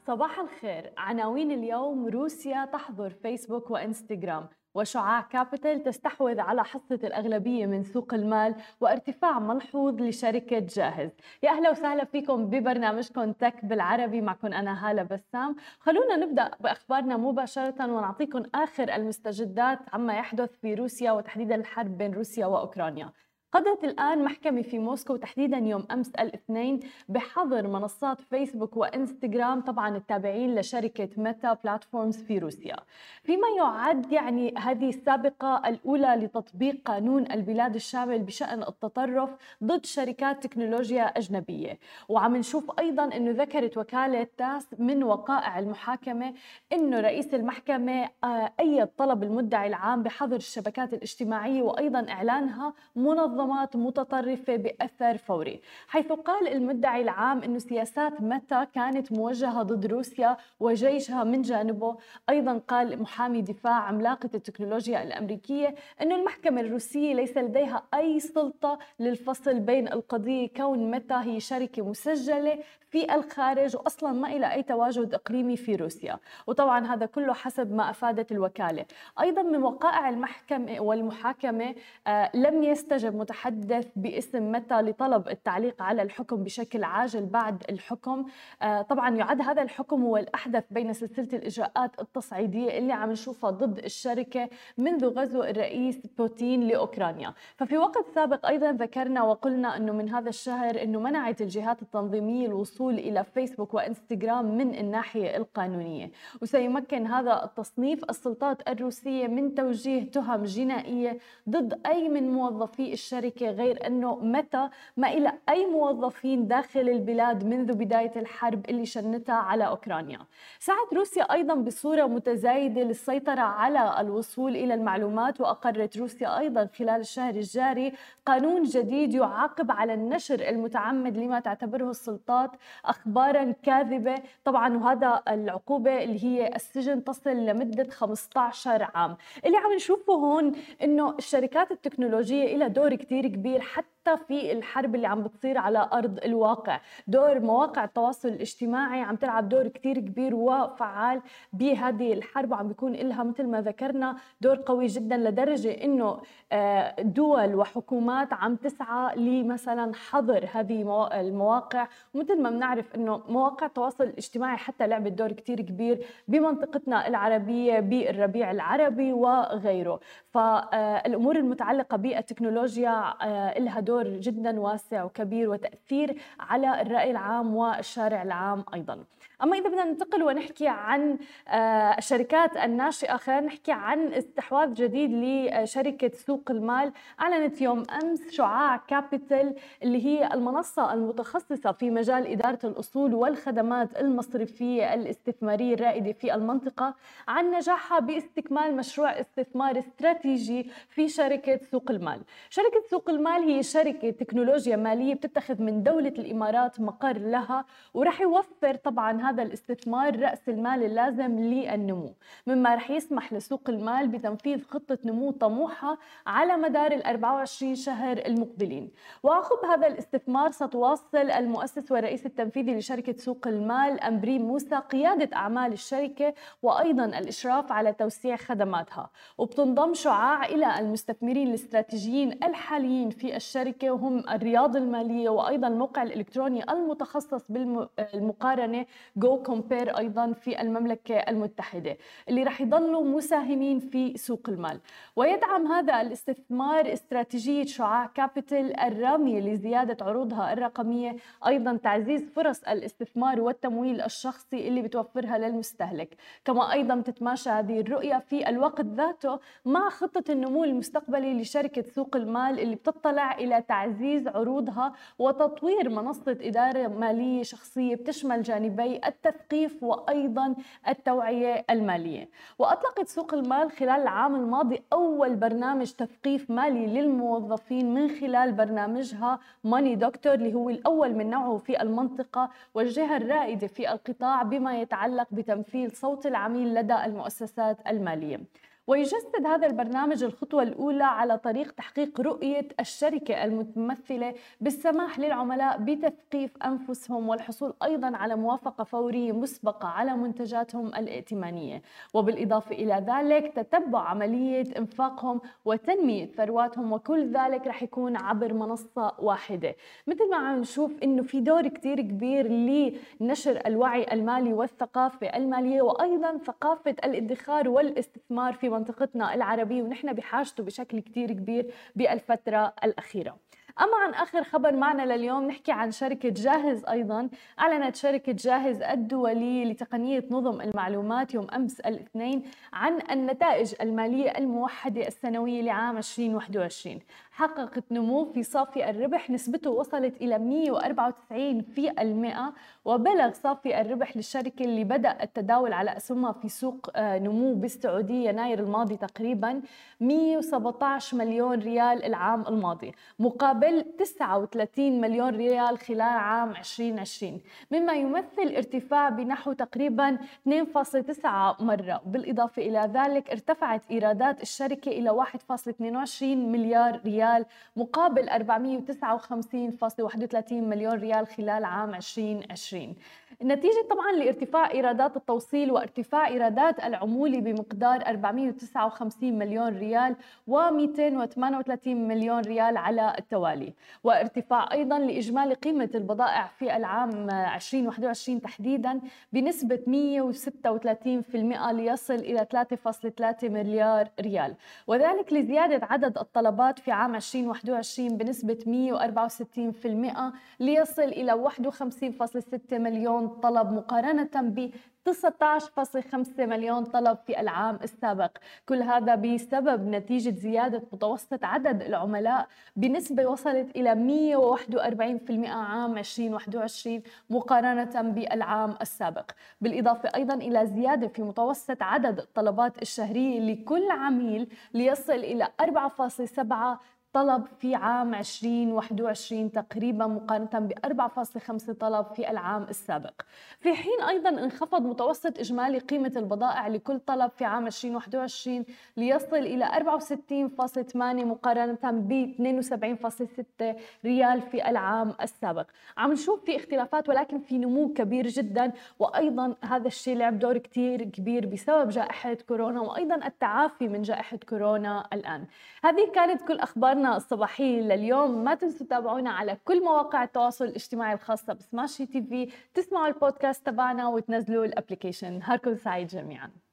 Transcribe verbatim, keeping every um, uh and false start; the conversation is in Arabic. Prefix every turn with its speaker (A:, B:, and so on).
A: صباح الخير. عناوين اليوم: روسيا تحظر فيسبوك وإنستغرام، وشعاع كابيتال تستحوذ على حصة الأغلبية من سوق المال، وارتفاع ملحوظ لشركة جاهز. يا أهلا وسهلا فيكم ببرنامجكم تك بالعربي، معكم أنا هالة بسام. خلونا نبدأ بأخبارنا مباشرة ونعطيكم آخر المستجدات عما يحدث في روسيا، وتحديدا الحرب بين روسيا وأوكرانيا. قضت الآن محكمة في موسكو تحديدا يوم أمس الاثنين بحظر منصات فيسبوك وإنستغرام، طبعا التابعين لشركة ميتا بلاتفورمز في روسيا، فيما يعد يعني هذه السابقة الأولى لتطبيق قانون البلاد الشامل بشأن التطرف ضد شركات تكنولوجيا أجنبية. وعم نشوف أيضا أنه ذكرت وكالة تاس من وقائع المحاكمة أنه رئيس المحكمة آه، أيد طلب المدعي العام بحظر الشبكات الاجتماعية، وأيضا إعلانها منظمة منظمات متطرفة بأثر فوري، حيث قال المدعي العام أن سياسات ميتا كانت موجهة ضد روسيا وجيشها من جانبه. أيضا قال محامي دفاع عملاقة التكنولوجيا الأمريكية أن المحكمة الروسية ليس لديها أي سلطة للفصل بين القضية، كون ميتا هي شركة مسجلة في الخارج وأصلا ما إلى أي تواجد إقليمي في روسيا. وطبعا هذا كله حسب ما أفادت الوكالة. أيضا من وقائع المحكمة والمحاكمة آه لم يستجب متحدث باسم ميتا لطلب التعليق على الحكم بشكل عاجل بعد الحكم. آه طبعا يعد هذا الحكم هو الأحدث بين سلسلة الإجراءات التصعيدية اللي عم نشوفها ضد الشركة منذ غزو الرئيس بوتين لأوكرانيا. ففي وقت سابق أيضا ذكرنا وقلنا أنه من هذا الشهر أنه منعت الجهات التنظيمية الوصول إلى فيسبوك وإنستغرام من الناحية القانونية، وسيمكن هذا التصنيف السلطات الروسية من توجيه تهم جنائية ضد أي من موظفي الشركة، غير أنه متى ما إلى أي موظفين داخل البلاد منذ بداية الحرب اللي شنتها على أوكرانيا. سعت روسيا أيضا بصورة متزايدة للسيطرة على الوصول إلى المعلومات، وأقرت روسيا أيضا خلال الشهر الجاري قانون جديد يعاقب على النشر المتعمد لما تعتبره السلطات أخبارا كاذبة، طبعا وهذا العقوبة اللي هي السجن تصل لمدة خمسة عشر عام. اللي عم نشوفه هون إنه الشركات التكنولوجية لها دور كتير كبير حتى في الحرب اللي عم بتصير على أرض الواقع. دور مواقع التواصل الاجتماعي عم تلعب دور كتير كبير وفعال بهذه الحرب، وعم بيكون لها مثل ما ذكرنا دور قوي جدا، لدرجة إنه دول وحكومات عم تسعى لمثلا حظر هذه المواقع. ومثل ما بنعرف إنه مواقع التواصل الاجتماعي حتى لعبت دور كتير كبير بمنطقتنا العربية بالربيع العربي وغيره. فالأمور المتعلقة بالتكنولوجيا لها دور جدا واسع وكبير وتأثير على الرأي العام والشارع العام أيضا. أما إذا بدنا ننتقل ونحكي عن الشركات الناشئة، خلينا نحكي عن استحواذ جديد لشركة سوق المال. أعلنت يوم أمس شعاع كابيتال اللي هي المنصة المتخصصة في مجال إدارة الأصول والخدمات المصرفية الاستثمارية الرائدة في المنطقة عن نجاحها باستكمال مشروع استثمار استراتيجي في شركة سوق المال. شركة سوق المال هي شركة تكنولوجيا مالية بتتخذ من دولة الإمارات مقر لها، ورح يوفر طبعا هذا الاستثمار رأس المال اللازم للنمو، مما رح يسمح لسوق المال بتنفيذ خطة نمو طموحة على مدار ال أربعة وعشرين شهر المقبلين. وعقب هذا الاستثمار ستواصل المؤسس والرئيس التنفيذي لشركة سوق المال أمبري موسى قيادة أعمال الشركة وأيضا الإشراف على توسيع خدماتها. وبتنضم شعاع إلى المستثمرين الاستراتيجيين الحاليين في الشركة، وهم الرياض المالية وأيضا الموقع الإلكتروني المتخصص بالمقارنة جو كومبير أيضا في المملكة المتحدة، اللي رح يضلوا مساهمين في سوق المال. ويدعم هذا الاستثمار استراتيجية شعاع كابيتال الرامية لزيادة عروضها الرقمية، أيضا تعزيز فرص الاستثمار والتمويل الشخصي اللي بتوفرها للمستهلك. كما أيضا تتماشى هذه الرؤية في الوقت ذاته مع خطة النمو المستقبلي لشركة سوق المال اللي بتطلع إلى تعزيز عروضها وتطوير منصة إدارة مالية شخصية بتشمل جانبي التثقيف وأيضا التوعية المالية. وأطلقت سوق المال خلال العام الماضي أول برنامج تثقيف مالي للموظفين من خلال برنامجها ماني دكتور، اللي هو الأول من نوعه في المنطقة والجهة الرائدة في القطاع بما يتعلق بتمثيل صوت العميل لدى المؤسسات المالية. ويجسد هذا البرنامج الخطوة الأولى على طريق تحقيق رؤية الشركة المتمثلة بالسماح للعملاء بتثقيف أنفسهم والحصول أيضاً على موافقة فورية مسبقة على منتجاتهم الائتمانية، وبالإضافة إلى ذلك تتبع عملية إنفاقهم وتنمية ثرواتهم، وكل ذلك رح يكون عبر منصة واحدة. مثل ما عم نشوف إنه في دور كتير كبير لنشر الوعي المالي والثقافة المالية، وأيضاً ثقافة الادخار والاستثمار في منطقتنا العربية، ونحن بحاجته بشكل كتير كبير بالفترة الأخيرة. أما عن آخر خبر معنا لليوم نحكي عن شركة جاهز. أيضاً أعلنت شركة جاهز الدولية لتقنية نظم المعلومات يوم أمس الاثنين عن النتائج المالية الموحدة السنوية لعام ألفين وواحد وعشرين. حققت نمو في صافي الربح نسبته وصلت إلى مئة وأربعة وتسعين بالمئة، وبلغ صافي الربح للشركة اللي بدأ التداول على أسهمها في سوق نمو بالسعودية يناير الماضي تقريباً مئة وسبعة عشر مليون ريال العام الماضي، مقابل تسعة وثلاثين مليون ريال خلال عام ألفين وعشرين، مما يمثل ارتفاع بنحو تقريباً اثنين فاصلة تسعة مرة. بالإضافة إلى ذلك ارتفعت إيرادات الشركة إلى واحد فاصلة اثنين وعشرين مليار ريال مقابل أربعمئة وتسعة وخمسين فاصلة واحد وثلاثين مليون ريال خلال عام ألفين وعشرين، نتيجة طبعاً لارتفاع إيرادات التوصيل وارتفاع إيرادات العمولة بمقدار أربعمئة وتسعة وخمسين مليون ريال ومئتين وثمانية وثلاثين مليون ريال على التوالي، وارتفاع أيضاً لإجمالي قيمة البضائع في العام ألفين وواحد وعشرين تحديداً بنسبة مئة وستة وثلاثين بالمئة ليصل إلى ثلاثة فاصلة ثلاثة مليار ريال، وذلك لزيادة عدد الطلبات في عام ألفين وواحد وعشرين بنسبة مئة وأربعة وستين بالمئة ليصل إلى واحد وخمسين فاصلة ستة مليون طلب مقارنة ب تسعة عشر فاصلة خمسة مليون طلب في العام السابق. كل هذا بسبب نتيجة زيادة متوسط عدد العملاء بنسبة وصلت إلى مئة وواحد وأربعين بالمئة عام ألفين وواحد وعشرين مقارنة بالعام السابق، بالإضافة أيضا إلى زيادة في متوسط عدد الطلبات الشهرية لكل عميل ليصل إلى أربعة فاصلة سبعة طلب في عام ألفين وواحد وعشرين تقريبا مقارنة ب أربعة فاصلة خمسة طلب في العام السابق، في حين أيضا انخفض متوسط إجمالي قيمة البضائع لكل طلب في عام ألفين وواحد وعشرين ليصل إلى أربعة وستين فاصلة ثمانية مقارنة ب اثنين وسبعين فاصلة ستة ريال في العام السابق. عم نشوف في اختلافات ولكن في نمو كبير جدا، وأيضا هذا الشيء لعب دور كتير كبير بسبب جائحة كورونا وأيضا التعافي من جائحة كورونا الآن. هذه كانت كل أخبارنا الصباحية لليوم. ما تنسوا تتابعونا على كل مواقع التواصل الاجتماعي الخاصة بسماشي تي في، تسمعوا البودكاست تبعنا وتنزلوا الابليكيشن. نهاركم سعيد جميعا.